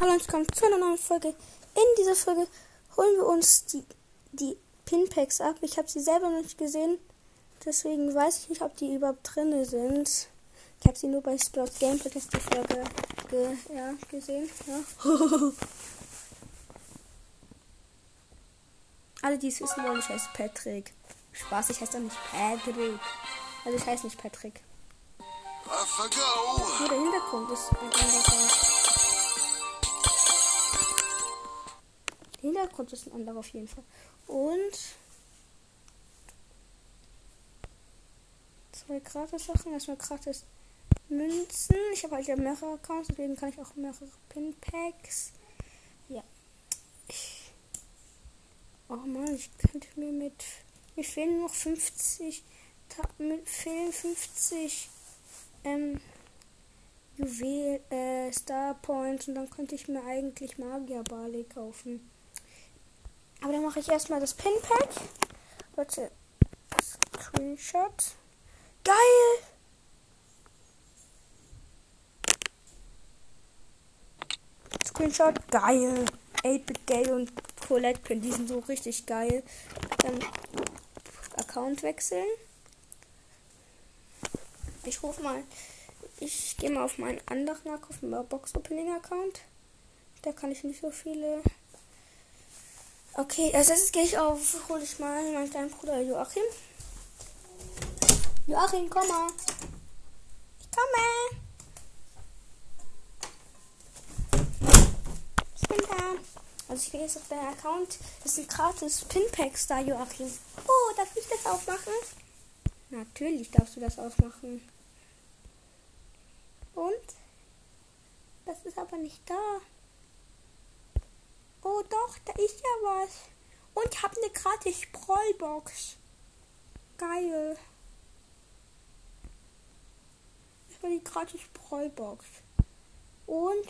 Hallo und willkommen zu einer neuen Folge. In dieser Folge holen wir uns die Pinpacks ab. Ich habe sie selber noch nicht gesehen, deswegen weiß ich nicht, ob die überhaupt drin sind. Ich habe sie nur bei Sprout Gameplay die Folge gesehen. Ja. Alle, die es wissen wollen, ich heiße Patrick. Spaß, ich heiße doch nicht Patrick. Also ich heiße nicht Patrick. Nur der Hintergrund ist ein anderer. Der Hintergrund ist ein anderer auf jeden Fall. Und 2 Gratis-Sachen. Erstmal gratis Münzen. Ich habe halt ja mehrere Accounts, deswegen kann ich auch mehrere Pinpacks. Ja. Oh Mann, ich könnte mir fehlen noch 50. Mir fehlen 50 Star Points und dann könnte ich mir eigentlich Magier Barley kaufen. Aber dann mache ich erstmal das Pinpack. Warte. Screenshot. Geil! Screenshot. Geil. 8-Bit Gale und Colette Pin. Die sind so richtig geil. Dann Account wechseln. Ich gehe mal auf meinen anderen Account, auf meinen Box Opening Account. Da kann ich nicht so viele. Okay, als erstes hole ich mal meinen kleinen Bruder Joachim. Joachim, komm mal. Ich komme. Ich bin da. Also ich gehe jetzt auf deinen Account. Das sind gratis Pinpacks da, Joachim. Oh, darf ich das aufmachen? Natürlich darfst du das aufmachen. Und? Das ist aber nicht da. Oh doch, da ist ja was. Und ich habe eine gratis Brawlbox. Geil. Das war die gratis Brawlbox. Und?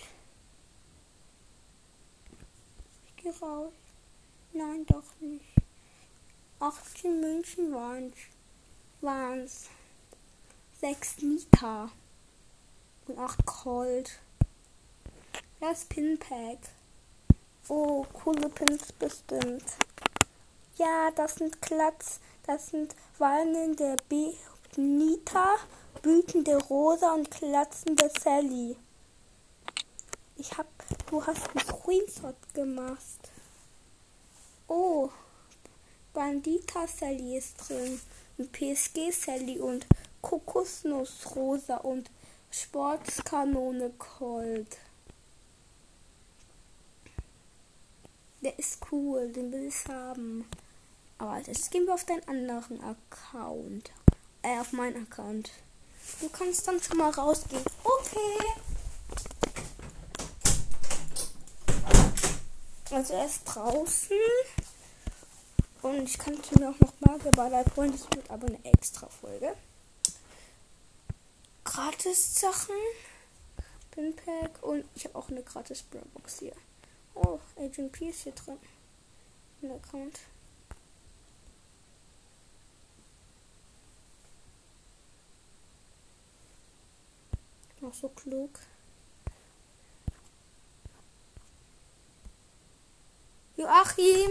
Ich gehe raus. Nein, doch nicht. 18 Münzen waren's. 6 Nita. Und 8 Cold. Das Pinpack. Oh, coole Pins bestimmt. Ja, das sind wallende Nita, wütende Rosa und klatzende Sally. Du hast einen Screenshot gemacht. Oh, Bandita Sally ist drin. Und PSG Sally und Kokosnuss Rosa und Sportskanone Cold. Der ist cool, den will ich haben. Aber jetzt gehen wir auf deinen anderen Account. Auf meinen Account. Du kannst dann schon mal rausgehen. Okay. Also er ist draußen. Und ich kann mir auch noch Magier holen. Das wird aber eine extra Folge. Gratis Sachen. Pinpack. Und ich habe auch eine gratis Brawlbox hier. Oh, Agent P ist hier drin. Ein Account. Noch so klug. Joachim!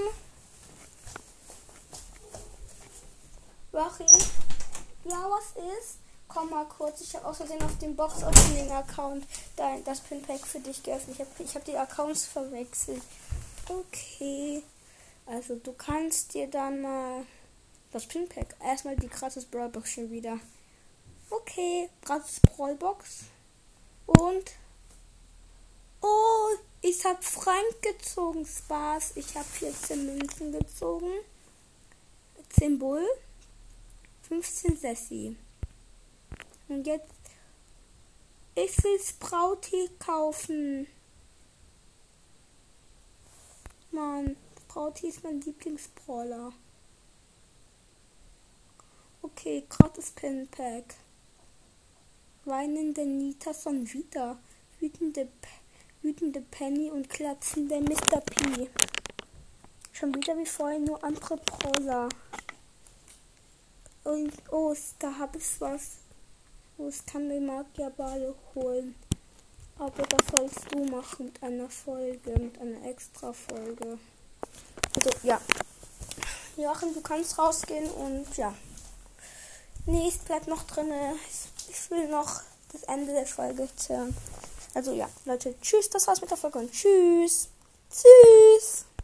Joachim? Ja, was ist? Komm mal kurz. Ich habe außerdem auf dem Box-Opening-Account das Pinpack für dich geöffnet. Ich hab die Accounts verwechselt. Okay. Also du kannst dir dann mal das Pinpack. Erstmal die gratis Brawlbox schon wieder. Okay. Gratis Brawlbox. Und. Oh, ich habe Frank gezogen. Spaß. Ich habe 14 Münzen gezogen. 10 Bull. 15 Sassy. Und jetzt, ich will Sprouty kaufen. Mann, Sprouty ist mein Lieblingsbrawler. Okay, gratis Pinpack. Weinende Nita schon wieder. Wütende Penny und klatzende Mr. P. Schon wieder wie vorher, nur andere Brawler. Und oh, da habe ich was. Ich kann mir Magier Ball holen. Aber das sollst du machen mit einer Folge, mit einer extra Folge. Also, ja. Joachim, du kannst rausgehen und ja. Nee, es bleibt noch drin. Ich will noch das Ende der Folge hören. Also ja, Leute, tschüss, das war's mit der Folge und tschüss. Tschüss.